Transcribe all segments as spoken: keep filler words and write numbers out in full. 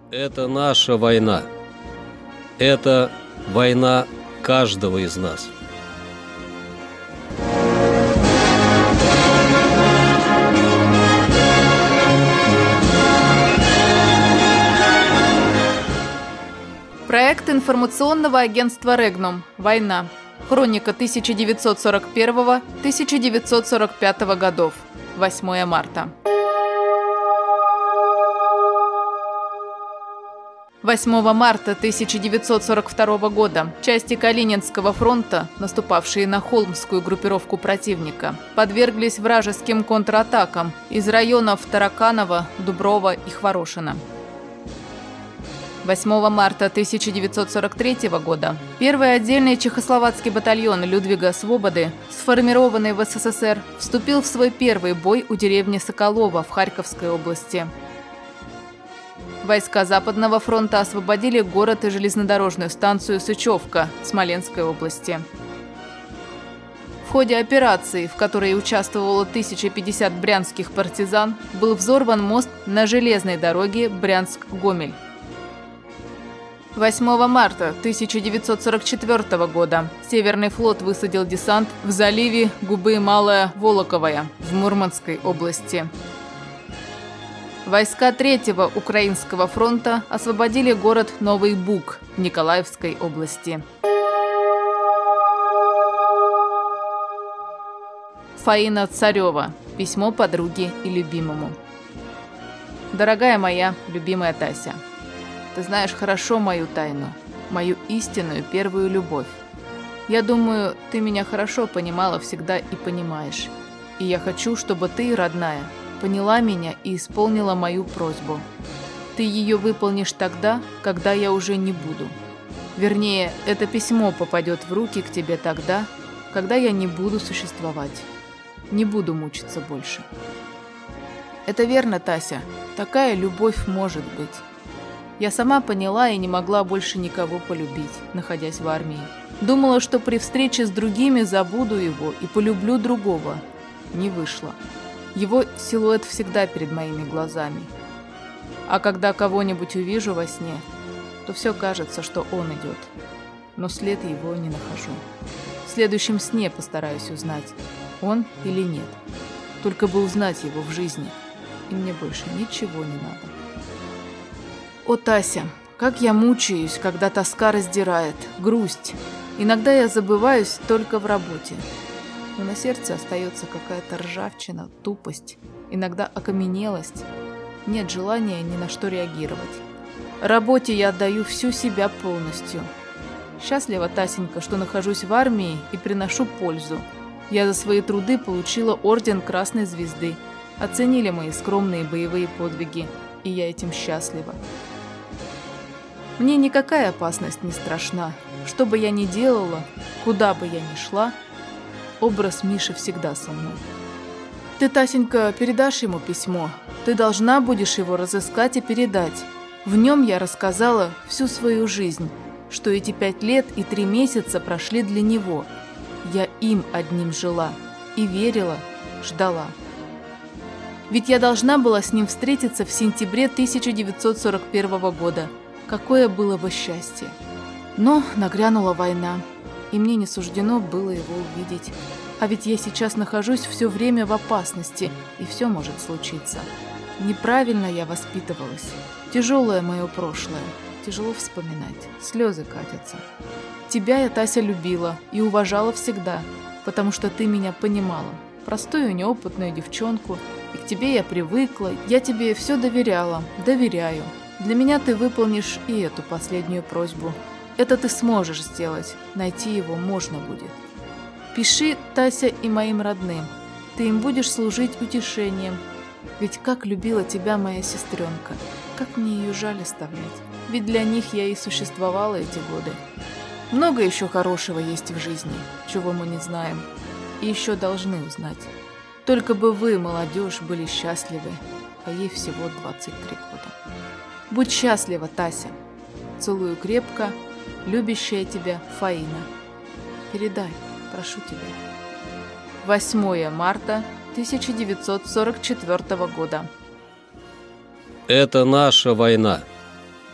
Это наша война. Это война каждого из нас. Проект информационного агентства «Регнум. Война. Хроника тысяча девятьсот сорок первого — тысяча девятьсот сорок пятого годов. восьмое марта. восьмого марта тысяча девятьсот сорок второго года части Калининского фронта, наступавшие на холмскую группировку противника, подверглись вражеским контратакам из районов Тараканово, Дуброво и Хворошино. восьмого марта тысяча девятьсот сорок третьего года первый отдельный чехословацкий батальон Людвига Свободы, сформированный в СССР, вступил в свой первый бой у деревни Соколово в Харьковской области. Войска Западного фронта освободили город и железнодорожную станцию Сычевка Смоленской области. В ходе операции, в которой участвовало тысяча пятьдесят брянских партизан, был взорван мост на железной дороге Брянск-Гомель. восьмого марта тысяча девятьсот сорок четвёртого года Северный флот высадил десант в заливе Губы Малая Волоковая в Мурманской области. Войска Третьего Украинского фронта освободили город Новый Буг в Николаевской области. Фаина Царева. Письмо подруге и любимому. Дорогая моя любимая Тася, ты знаешь хорошо мою тайну, мою истинную первую любовь. Я думаю, ты меня хорошо понимала всегда и понимаешь. И я хочу, чтобы ты, родная, поняла меня и исполнила мою просьбу. Ты ее выполнишь тогда, когда я уже не буду. Вернее, это письмо попадет в руки к тебе тогда, когда я не буду существовать. Не буду мучиться больше. Это верно, Тася, такая любовь может быть. Я сама поняла и не могла больше никого полюбить, находясь в армии. Думала, что при встрече с другими забуду его и полюблю другого. Не вышло. Его силуэт всегда перед моими глазами. А когда кого-нибудь увижу во сне, то все кажется, что он идет. Но след его не нахожу. В следующем сне постараюсь узнать, он или нет. Только бы узнать его в жизни. И мне больше ничего не надо. О, Тася, как я мучаюсь, когда тоска раздирает, грусть. Иногда я забываюсь только в работе. Но на сердце остается какая-то ржавчина, тупость, иногда окаменелость. Нет желания ни на что реагировать. Работе я отдаю всю себя полностью. Счастлива, Тасенька, что нахожусь в армии и приношу пользу. Я за свои труды получила орден Красной Звезды. Оценили мои скромные боевые подвиги, и я этим счастлива. Мне никакая опасность не страшна. Что бы я ни делала, куда бы я ни шла, образ Миши всегда со мной. Ты, Тасенька, передашь ему письмо. Ты должна будешь его разыскать и передать. В нем я рассказала всю свою жизнь, что эти пять лет и три месяца прошли для него. Я им одним жила и верила, ждала. Ведь я должна была с ним встретиться в сентябре тысяча девятьсот сорок первого года. Какое было бы счастье. Но нагрянула война, и мне не суждено было его увидеть. А ведь я сейчас нахожусь все время в опасности, и все может случиться. Неправильно я воспитывалась. Тяжелое мое прошлое. Тяжело вспоминать. Слезы катятся. Тебя я, Тася, любила и уважала всегда, потому что ты меня понимала. Простую, неопытную девчонку. И к тебе я привыкла. Я тебе все доверяла, доверяю. Для меня ты выполнишь и эту последнюю просьбу. Это ты сможешь сделать. Найти его можно будет. Пиши, Тася, и моим родным. Ты им будешь служить утешением. Ведь как любила тебя моя сестренка. Как мне ее жаль оставлять. Ведь для них я и существовала эти годы. Много еще хорошего есть в жизни, чего мы не знаем. И еще должны узнать. Только бы вы, молодежь, были счастливы. А ей всего двадцать три года. Будь счастлива, Тася. Целую крепко, любящая тебя Фаина. Передай, прошу тебя. восьмое марта тысяча девятьсот сорок четвёртого года. Это наша война.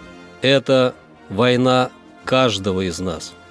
Это война каждого из нас.